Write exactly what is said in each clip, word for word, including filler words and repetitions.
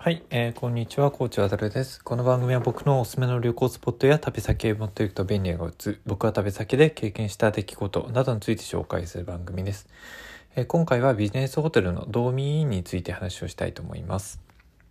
はい、えー、こんにちは、コーチワタルです。この番組は僕のおすすめの旅行スポットや旅先へ持っていくと便利なグッズ、僕は旅先で経験した出来事などについて紹介する番組です。えー、今回はビジネスホテルのドーミーインについて話をしたいと思います。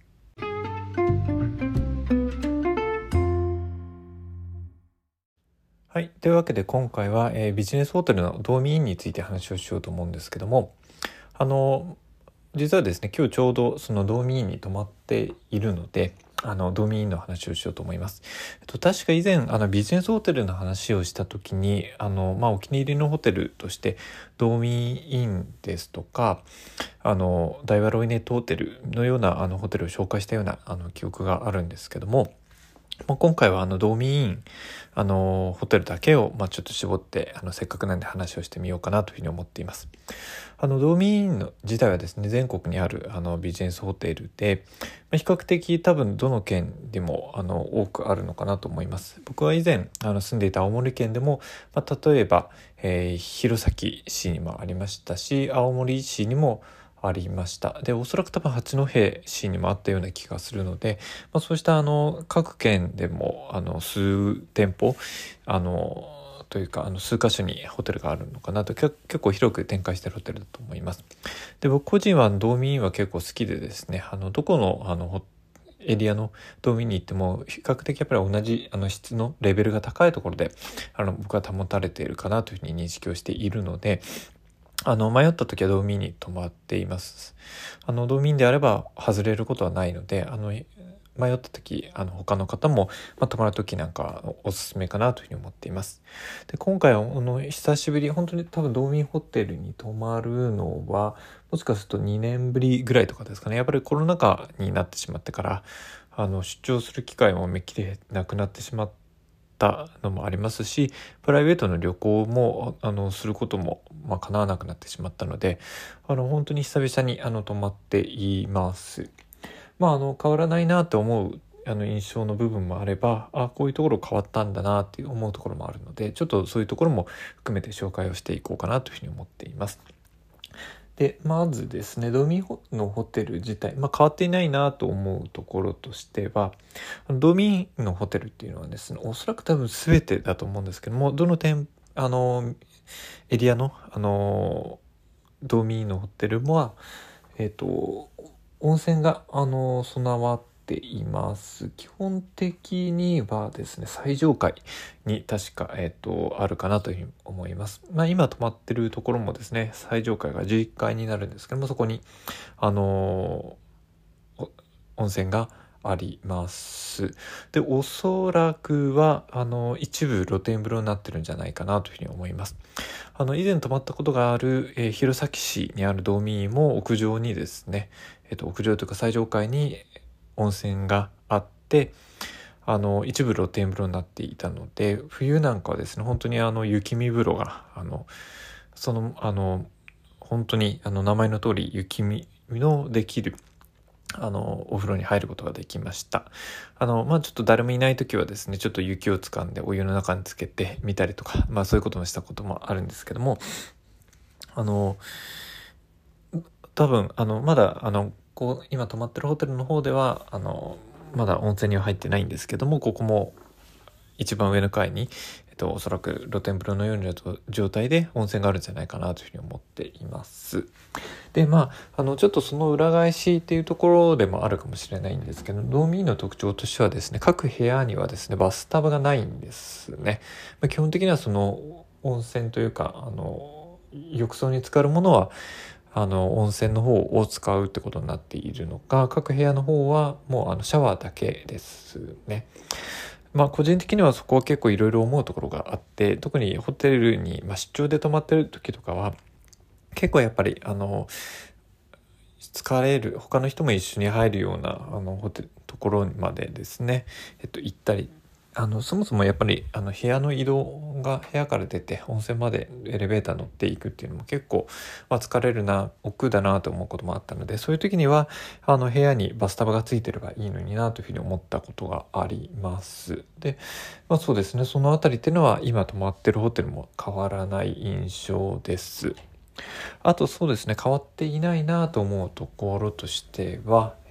はい、というわけで今回は、えー、ビジネスホテルのドーミーインについて話をしようと思うんですけども、あの実はですね、今日ちょうどそのドーミーインに泊まっているので、あのドーミーインの話をしようと思います。えっと、確か以前あのビジネスホテルの話をした時にあの、まあ、お気に入りのホテルとしてドーミーインですとかあの大和ロイネットホテルのようなあのホテルを紹介したようなあの記憶があるんですけども、まあ、今回はあのドーミーインあのホテルだけを、まあ、ちょっと絞ってあのせっかくなんで話をしてみようかなというふうに思っています。あのドーミーインの自体はですね、全国にあるあのビジネスホテルで、まあ、比較的多分どの県でもあの多くあるのかなと思います。僕は以前あの住んでいた青森県でも、まあ、例えば、えー、弘前市にもありましたし、青森市にもありました。で、おそらく多分八戸市にもあったような気がするので、まあ、そうしたあの各県でもあの数店舗あのというかあの数カ所にホテルがあるのかなと、結構広く展開しているホテルだと思います。で、僕個人はドーミーインは結構好きでですね、あのどこのあのエリアのドーミーインに行っても比較的やっぱり同じあの質のレベルが高いところであの僕は保たれているかなというふうに認識をしているので、あの迷った時はドーミーインに泊まっています。あのドーミーインであれば外れることはないので、あの迷った時あの他の方も、まあ、泊まる時なんかおすすめかなというふうに思っています。で、今回はあの久しぶり、本当に多分ドーミーインホテルに泊まるのはもしかするとにねんぶりぐらいとかですかね。やっぱりコロナ禍になってしまってからあの出張する機会もめっきりなくなってしまったのもありますし、プライベートの旅行もあのすることも、まあ、叶わなくなってしまったので、あの本当に久々にあの泊まっています。まあ、あの変わらないなと思うあの印象の部分もあれば、あこういうところ変わったんだなって思うところもあるので、ちょっとそういうところも含めて紹介をしていこうかなというふうに思っています。で、まずですね、ドーミーのホテル自体、まあ、変わっていないなと思うところとしては、ドーミーのホテルっていうのはですね、おそらく多分全てだと思うんですけども、どの店あのエリアのあのドーミーのホテルもえっと温泉があの備わっています。基本的にはですね、最上階に確か、えっと、あるかなというふうに思います。まあ、今泊まってるところもですね、最上階がじゅういっかいになるんですけども、そこにあの温泉があります。で、おそらくはあの一部露天風呂になってるんじゃないかなというふうに思います。あの以前泊まったことがある、えー、弘前市にあるドーミーも屋上にですね、えっと、屋上というか最上階に温泉があって、あの一部露天風呂になっていたので、冬なんかはですね、本当にあの雪見風呂があのそのあの本当にあの名前の通り雪見のできるあのお風呂に入ることができました。あのまあちょっと誰もいない時はですね、ちょっと雪を掴んでお湯の中につけてみたりとか、まあそういうこともしたこともあるんですけども、あの多分あのまだあのこう今泊まってるホテルの方ではあのまだ温泉には入ってないんですけども、ここも一番上の階に、えっと、おそらく露天風呂のような状態で温泉があるんじゃないかなというふうに思っています。で、まあ、あのちょっとその裏返しっていうところでもあるかもしれないんですけど、ドーミーの特徴としてはですね、各部屋にはですねバスタブがないんですね。まあ、基本的にはその温泉というかあの浴槽に浸かるものはあの温泉の方を使うってことになっているのか、各部屋の方はもうあのシャワーだけですね。まあ個人的にはそこは結構いろいろ思うところがあって、特にホテルに、まあ、出張で泊まってる時とかは結構やっぱりあの疲れる、他の人も一緒に入るようなあのホテルところまでですね、えっと、行ったり、あのそもそもやっぱりあの部屋の移動が部屋から出て温泉までエレベーター乗っていくっていうのも結構、まあ、疲れるな、億劫だなと思うこともあったので、そういう時にはあの部屋にバスタブがついてればいいのになというふうに思ったことがあります。で、まあ、そうですね、そのあたりっていうのは今泊まってるホテルも変わらない印象です。あとそうですね、変わっていないなと思うところとしては、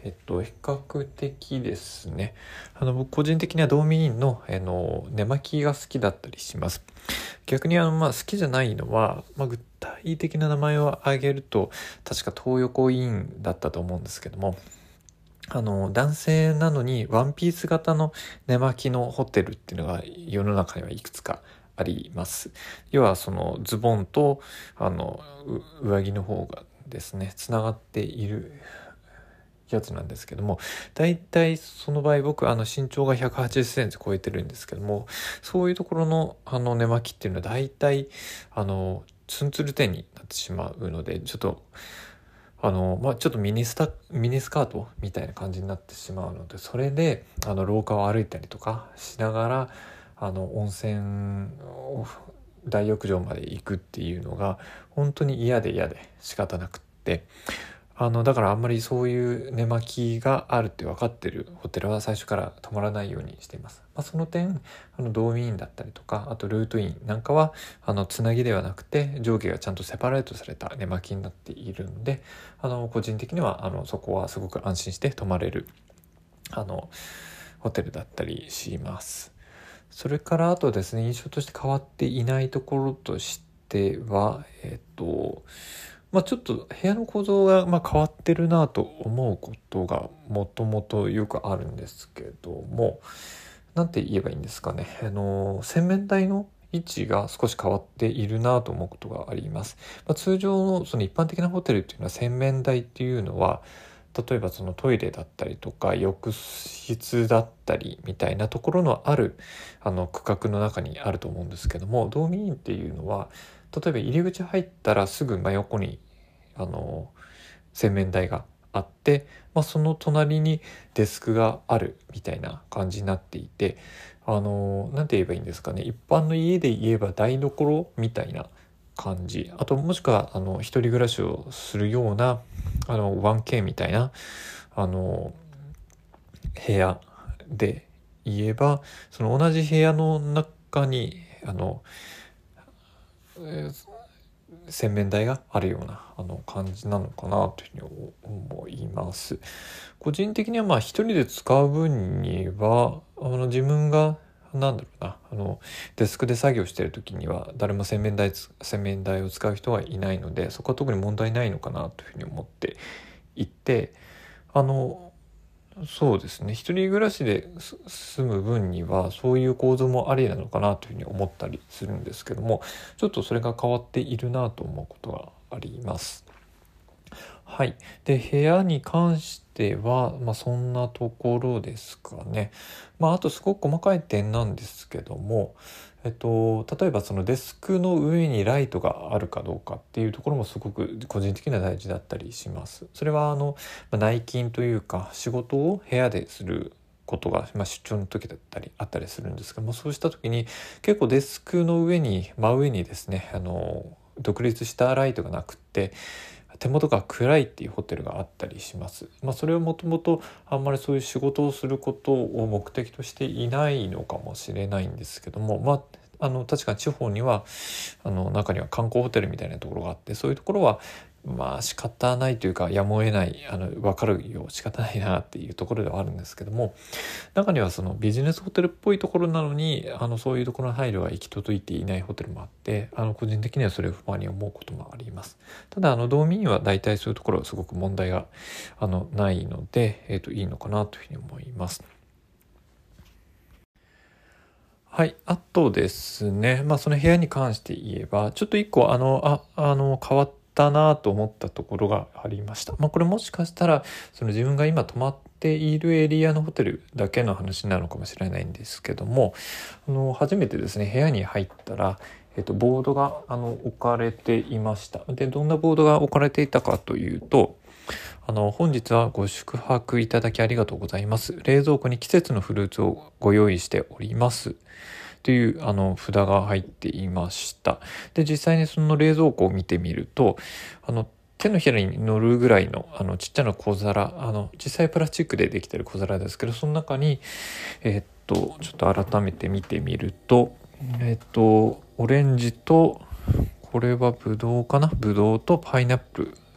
えっと、比較的ですね、あの僕個人的にはドーミーインの、あの寝巻きが好きだったりします。逆にあの、まあ、好きじゃないのは、まあ、具体的な名前を挙げると確か東横インだったと思うんですけども、あの男性なのにワンピース型の寝巻きのホテルっていうのが世の中にはいくつかあります。要はそのズボンとあの上着の方がですねつながっているやつなんですけども、だいたいその場合僕あの身長がひゃくはちじゅっセンチ超えてるんですけども、そういうところのあの寝巻きっていうのはだいたいあのツンツルテンになってしまうので、ちょっとあのまあちょっとミニスタミニスカートみたいな感じになってしまうので、それであの廊下を歩いたりとかしながらあの温泉を大浴場まで行くっていうのが本当に嫌で嫌で仕方なくって、あのだからあんまりそういう寝巻きがあるって分かってるホテルは最初から泊まらないようにしています。まあ、その点あのドームインだったりとか、あとルートインなんかはあのつなぎではなくて上下がちゃんとセパレートされた寝巻きになっているので、あの個人的にはあのそこはすごく安心して泊まれるあのホテルだったりします。それからあとですね、印象として変わっていないところとしては、えっとまあ、ちょっと部屋の構造がまあ変わってるなと思うことがもともとよくあるんですけども、なんて言えばいいんですかね、あの洗面台の位置が少し変わっているなと思うことがあります。まあ、通常のその一般的なホテルっていうのは洗面台っていうのは例えばそのトイレだったりとか浴室だったりみたいなところのあるあの区画の中にあると思うんですけども、ドームインっていうのは例えば入り口入ったらすぐ真横にあの洗面台があって、まあ、その隣にデスクがあるみたいな感じになっていて、あのなんて言えばいいんですかね、一般の家で言えば台所みたいな感じ、あともしくはあの一人暮らしをするようなあの ワンケー みたいなあの部屋で言えば、その同じ部屋の中にあの、えー洗面台があるようなあの感じなのかなというふうに思います。個人的にはまあ一人で使う分にはあの自分がなんだろうなあのデスクで作業している時には誰も洗面台洗面台を使う人はいないので、そこは特に問題ないのかなというふうに思っていて、あのそうですね、一人暮らしで住む分にはそういう構造もありなのかなというふうに思ったりするんですけども、ちょっとそれが変わっているなと思うことがあります。はい。で、部屋に関しては、まあ、そんなところですかね。まあ、あとすごく細かい点なんですけども、えっと、例えばそのデスクの上にライトがあるかどうかっていうところもすごく個人的には大事だったりします。それはあの、まあ、内勤というか仕事を部屋ですることが、まあ、出張の時だったりあったりするんですけども、そうした時に結構デスクの上に真上にですね、あの独立したライトがなくって手元が暗いっていうホテルがあったりします。まあ、それはもともとあんまりそういう仕事をすることを目的としていないのかもしれないんですけども、まああの確かに地方にはあの中には観光ホテルみたいなところがあって、そういうところはまあ仕方ないというかやむを得ないあの分かるよう仕方ないなっていうところではあるんですけども、中にはそのビジネスホテルっぽいところなのにあのそういうところの配慮が行き届いていないホテルもあって、あの個人的にはそれを不満に思うこともあります。ただあのドーミーは大体そういうところはすごく問題があのないので、えーといいのかなというふうに思います。はい。あとですね、まあその部屋に関して言えば、ちょっと一個あの、あ、あの、変わったなと思ったところがありました。まあこれもしかしたら、その自分が今泊まっているエリアのホテルだけの話なのかもしれないんですけども、あの、初めてですね、部屋に入ったら、えっと、ボードがあの置かれていました。で、どんなボードが置かれていたかというと、あの本日はご宿泊いただきありがとうございます。冷蔵庫に季節のフルーツをご用意しております。というあの札が入っていました。で、実際にその冷蔵庫を見てみると、あの手のひらに乗るぐらいのあのちっちゃな小皿、あの実際プラスチックでできている小皿ですけど、その中にえーっとちょっと改めて見てみると、えーっとオレンジとこれはブドウかな、ブドウとパイナップル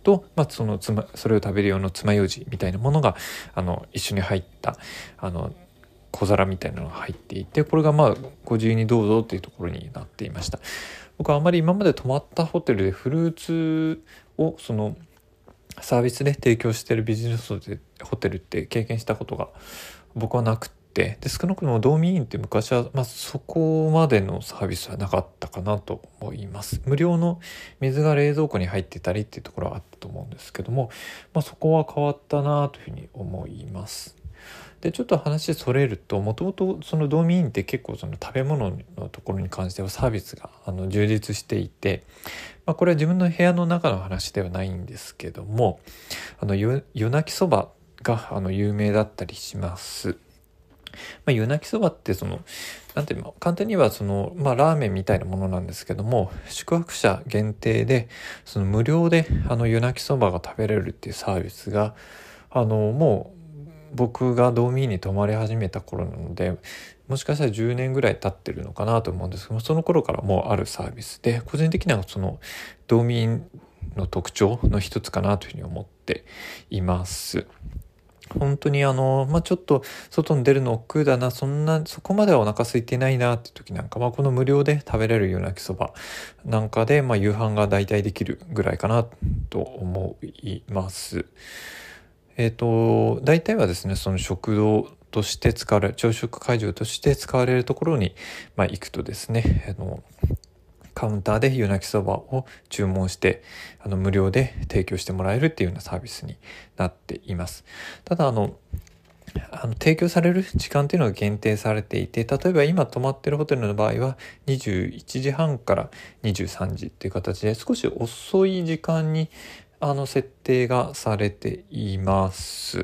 と、まあ、そのつまそれを食べる用の爪楊枝みたいなものがあの一緒に入ったあの小皿みたいなのが入っていて、これがまあご自由にどうぞっていうところになっていました。僕はあまり今まで泊まったホテルでフルーツをそのサービスで提供しているビジネスホテルって経験したことが僕はなくて、で少なくともドーミーインって昔は、まあ、そこまでのサービスはなかったかなと思います。無料の水が冷蔵庫に入ってたりっていうところはあったと思うんですけども、まあ、そこは変わったなというふうに思います。でちょっと話それると、もともとそのドーミーインって結構その食べ物のところに関してはサービスがあの充実していて、まあ、これは自分の部屋の中の話ではないんですけども、あの夜泣きそばがあの有名だったりします。まあ、夜泣きそばってそのなんていうの、簡単にはその、まあ、ラーメンみたいなものなんですけども、宿泊者限定でその無料であの夜泣きそばが食べれるっていうサービスがあのもう僕がドーミーに泊まり始めた頃なので、もしかしたらじゅうねんぐらい経ってるのかなと思うんですけども、その頃からもうあるサービスで、個人的にはそのドーミーの特徴の一つかなというふうに思っています。本当にあの、まあ、ちょっと外に出るの億劫だな、そんなそこまではお腹空いてないなっていう時なんか、まあ、この無料で食べれる夜泣きそばなんかで、まあ、夕飯が代替できるぐらいかなと思います。えっと、大体はですね、その食堂として使われる、朝食会場として使われるところに、まあ、行くとですね、あの、カウンターで夜泣きそばを注文して、あの、無料で提供してもらえるっていうようなサービスになっています。ただ、あの、あの提供される時間っていうのが限定されていて、例えば今泊まってるホテルの場合はにじゅういちじはんからにじゅうさんじっていう形で少し遅い時間にあの設定がされています。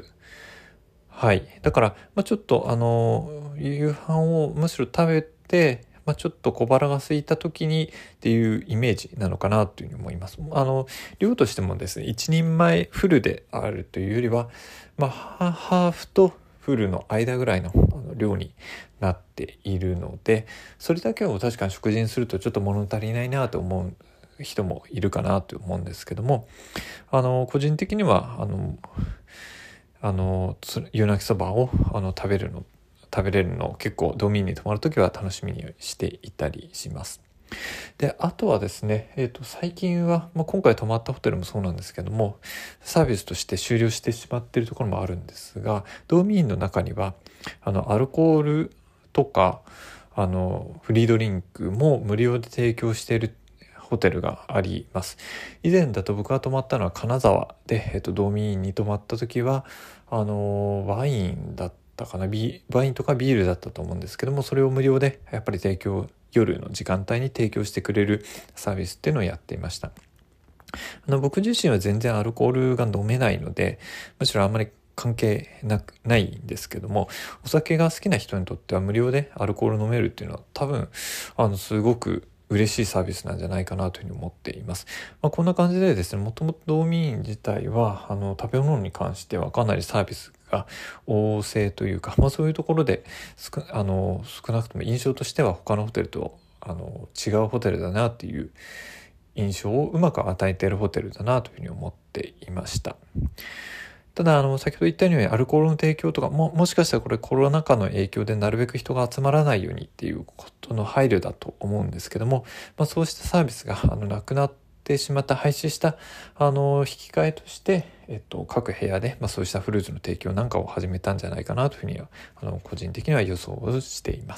はい。だから、まあ、ちょっとあの夕飯をむしろ食べて、まあ、ちょっと小腹が空いた時にっていうイメージなのかなというふうに思います。あの量としてもですね、一人前フルであるというよりは、まあ、ハーフとフルの間ぐらいの量になっているので、それだけを確かに食事にするとちょっと物足りないなと思う人もいるかなと思うんですけども、あの個人的にはあのあの夜泣きそばをあの食べるの食べれるのを結構ドミーに泊まるときは楽しみにしていたりします。であとはですね、えー、と最近は、まあ、今回泊まったホテルもそうなんですけども、サービスとして終了してしまっているところもあるんですが、ドーミーンの中にはあのアルコールとかあのフリードリンクも無料で提供しているホテルがあります。以前だと僕が泊まったのは金沢で、えー、とドーミーンに泊まった時はあのワインだったかな、ビワインとかビールだったと思うんですけども、それを無料でやっぱり提供、夜の時間帯に提供してくれるサービスっていうのをやっていました。あの僕自身は全然アルコールが飲めないので、むしろあんまり関係なくないんですけども、お酒が好きな人にとっては無料でアルコール飲めるっていうのは多分あのすごく嬉しいサービスなんじゃないかなというふうに思っています。まあ、こんな感じでですね、もともとドーミーン自体はあの食べ物に関してはかなりサービスが旺盛というか、まあ、そういうところで少あの少なくとも印象としては他のホテルとあの違うホテルだなっていう印象をうまく与えているホテルだなというふうに思っていました。ただあの先ほど言ったようにアルコールの提供とかももしかしたらこれコロナ禍の影響でなるべく人が集まらないようにっていうことの配慮だと思うんですけども、まあ、そうしたサービスがあのなくなってしまった、廃止したあの引き換えとして、えっと、各部屋で、まあ、そうしたフルーツの提供なんかを始めたんじゃないかなというふうにはあの個人的には予想をしています。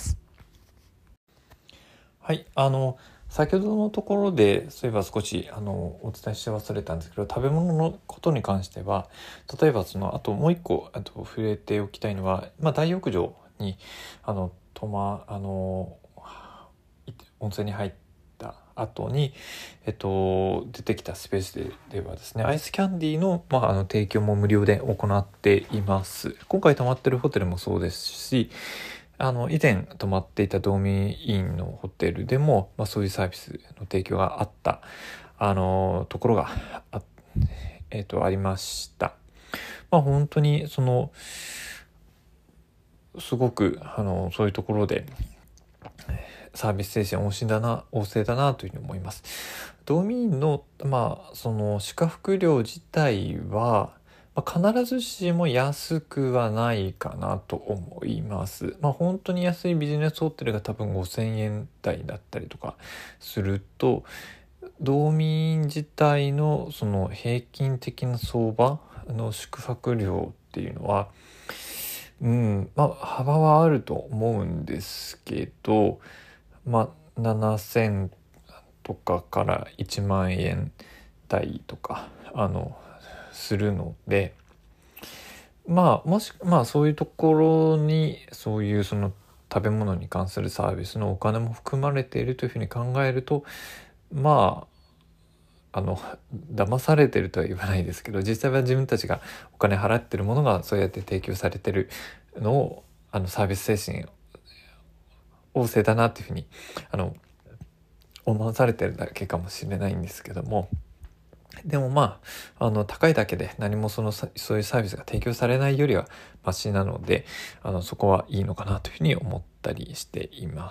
はい、あの先ほどのところでそういえば少しあのお伝えし忘れたんですけど、食べ物のことに関しては例えばそのあともう一個あと触れておきたいのは、まあ、大浴場にあの泊まあの温泉に入った後に、えっと、出てきたスペースで、ではですね、アイスキャンディーの、まあ、あの提供も無料で行っています。今回泊まってるホテルもそうですし、あの以前泊まっていたドーミーインのホテルでも、まあ、そういうサービスの提供があったあのところが あ,、えー、とありました。まあ、本当にそのすごくあのそういうところでサービス精神旺盛だな旺盛だなというふうに思います。ドーミーインの、まあ、その宿泊料自体は、まあ、必ずしも安くはないかなと思います。まあ、本当に安いビジネスホテルが多分ごせんえん台だったりとかすると、ドーミーイン自体のその平均的な相場の宿泊料っていうのは、うん、まあ幅はあると思うんですけど、まあななせんとかからいちまんえん台とかあのするので、まあもしまあそういうところにそういうその食べ物に関するサービスのお金も含まれているというふうに考えると、まああの騙されてるとは言わないですけど、実際は自分たちがお金払ってるものがそうやって提供されてるのを、あのサービス精神旺盛だなっていうふうにあの思わされてるだけかもしれないんですけども、でもまああの高いだけで何もそのそういうサービスが提供されないよりはマシなので、あのそこはいいのかなというふうに思ったりしています。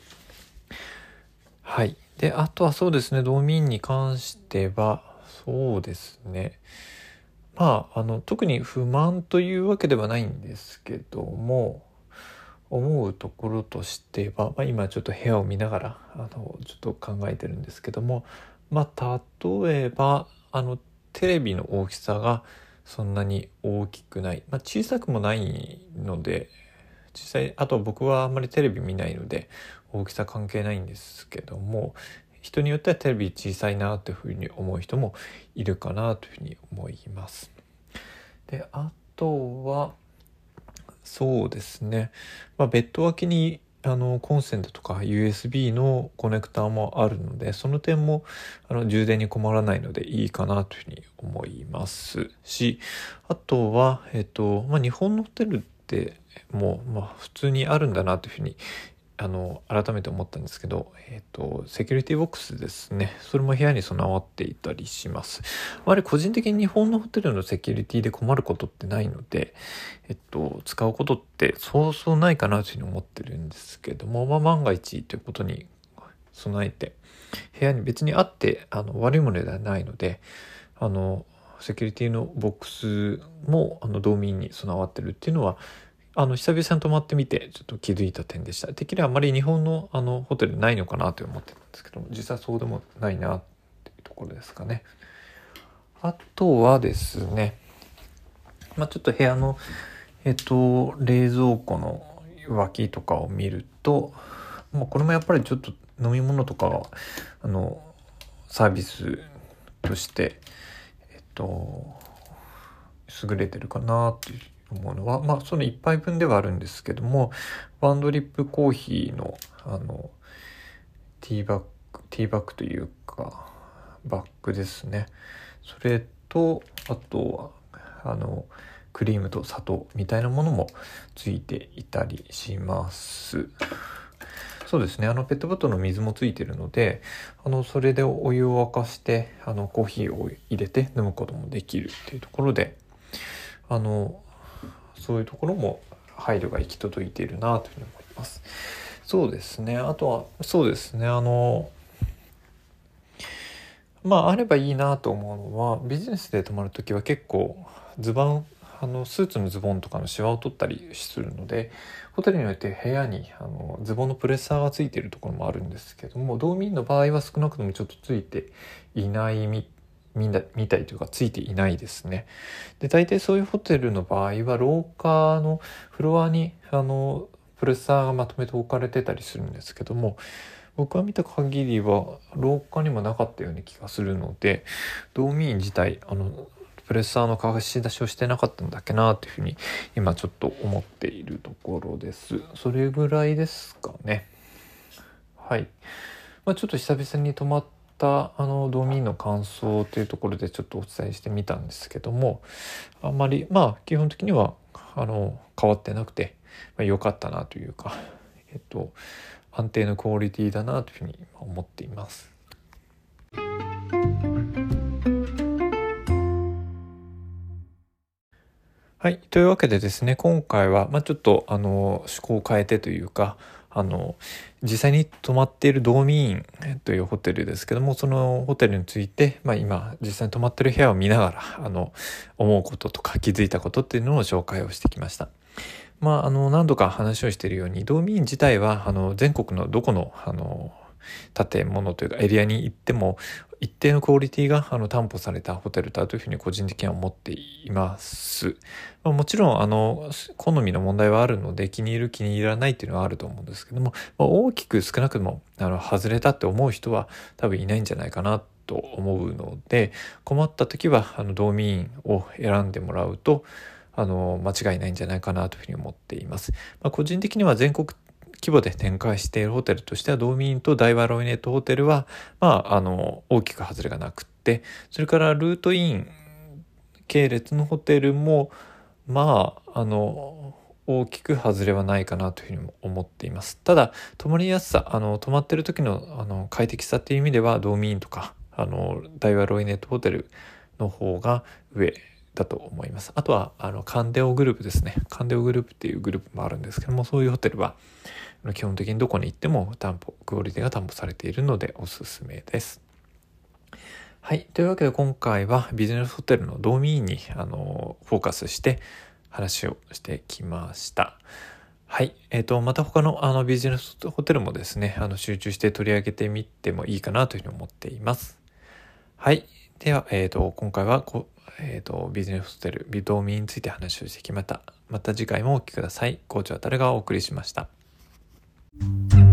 はい。で、あとはそうですね、ドーミーインに関しては、そうですね。まあ、あの、特に不満というわけではないんですけども、思うところとしては、まあ、今ちょっと部屋を見ながら、あの、ちょっと考えてるんですけども、まあ、例えば、あの、テレビの大きさがそんなに大きくない。まあ、小さくもないので、実際あと僕はあんまりテレビ見ないので大きさ関係ないんですけども、人によってはテレビ小さいなというふうに思う人もいるかなというふうに思います。で、あとはそうですね、まあ、ベッド脇にあのコンセントとか ユーエスビー のコネクターもあるので、その点もあの充電に困らないのでいいかなというふうに思いますし、あとは、えっとまあ、日本のホテルってもう、まあ、普通にあるんだなというふうにあの改めて思ったんですけど、えっと、セキュリティボックスですね。それも部屋に備わっていたりします。あれ個人的に日本のホテルのセキュリティで困ることってないので、えっと、使うことってそうそうないかなというふうに思ってるんですけども、まあ、万が一ということに備えて部屋に別にあってあの悪いものではないので、あのセキュリティのボックスもあのドーミーインに備わってるっていうのはあの久々に泊まってみてちょっと気づいた点でした。てっきりあまり日本のあのホテルないのかなと思ってたんですけども、実際そうでもないなっていうところですかね。あとはですね、まあ、ちょっと部屋のえっと冷蔵庫の脇とかを見ると、まあ、これもやっぱりちょっと飲み物とかがあのサービスとしてえっと優れてるかなっていう思うのは、まあその一杯分ではあるんですけども、ワンドリップコーヒーのあのティーバッグティーバッグというかバッグですね。それとあとはあのクリームと砂糖みたいなものもついていたりします。そうですね、あのペットボトルの水もついているので、あのそれでお湯を沸かしてあのコーヒーを入れて飲むこともできるっていうところで、あのそういうところも配慮が行き届いているなというふうに思います。そうですね、あとはそうですね、あのまああればいいなと思うのは、ビジネスで泊まるときは結構ズボンあのスーツのズボンとかのシワを取ったりするので、ホテルにおいて部屋にあのズボンのプレッサーがついているところもあるんですけども、ドーミーインの場合は少なくともちょっとついていないみみんなみたいというかついていないですね。で、大体そういうホテルの場合は廊下のフロアにあのプレッサーがまとめて置かれてたりするんですけども、僕が見た限りは廊下にもなかったような気がするので、ドーミーイン自体あのプレッサーの貸し出しをしてなかったんだっけなというふうに今ちょっと思っているところです。それぐらいですかね。はい。まあ、ちょっと久々に泊まったあのドーミーインの感想というところでちょっとお伝えしてみたんですけども、あんまりまあ基本的にはあの変わってなくて良、まあ、かったなというか、えっと安定のクオリティだなというふうに思っています。はい。というわけでですね、今回は、まあ、ちょっと、あの、趣向を変えてというか、 あの実際に泊まっているドーミーインというホテルですけども、そのホテルについて、まあ、今実際に泊まっている部屋を見ながらあの思うこととか気づいたことっていうのを紹介をしてきました。まあ、あの何度か話をしているように、ドーミーイン自体はあの全国のどこのあの建物というかエリアに行っても一定のクオリティがあの担保されたホテルだというふうに個人的には思っています。まあ、もちろんあの好みの問題はあるので、気に入る気に入らないっていうのはあると思うんですけども、まあ、大きく少なくともあの外れたって思う人は多分いないんじゃないかなと思うので、困った時はあのドーミーインを選んでもらうとあの間違いないんじゃないかなというふうに思っています。まあ、個人的には全国規模で展開しているホテルとしては、ドーミーインと大和ロイネットホテルは、まあ、あの大きく外れがなくって、それからルートイン系列のホテルもまああの大きく外れはないかなというふうに思っています。ただ泊まりやすさ、あの泊まってる時のあの快適さっていう意味では、ドーミーインとかあの大和ロイネットホテルの方が上だと思います。あとはあのカンデオグループですね。カンデオグループっていうグループもあるんですけども、そういうホテルは基本的にどこに行っても担保クオリティが担保されているのでおすすめです。はい、というわけで今回はビジネスホテルのドーミーインにあのフォーカスして話をしてきました。はい、えーと、また他のあのビジネスホテルもですね、あの集中して取り上げてみてもいいかなというふうに思っています。はい、では、えーと、今回はこ、えーと、ビジネスホテルビドーミーについて話をしてきました。また次回もお聞きください。コーチは誰がお送りしました。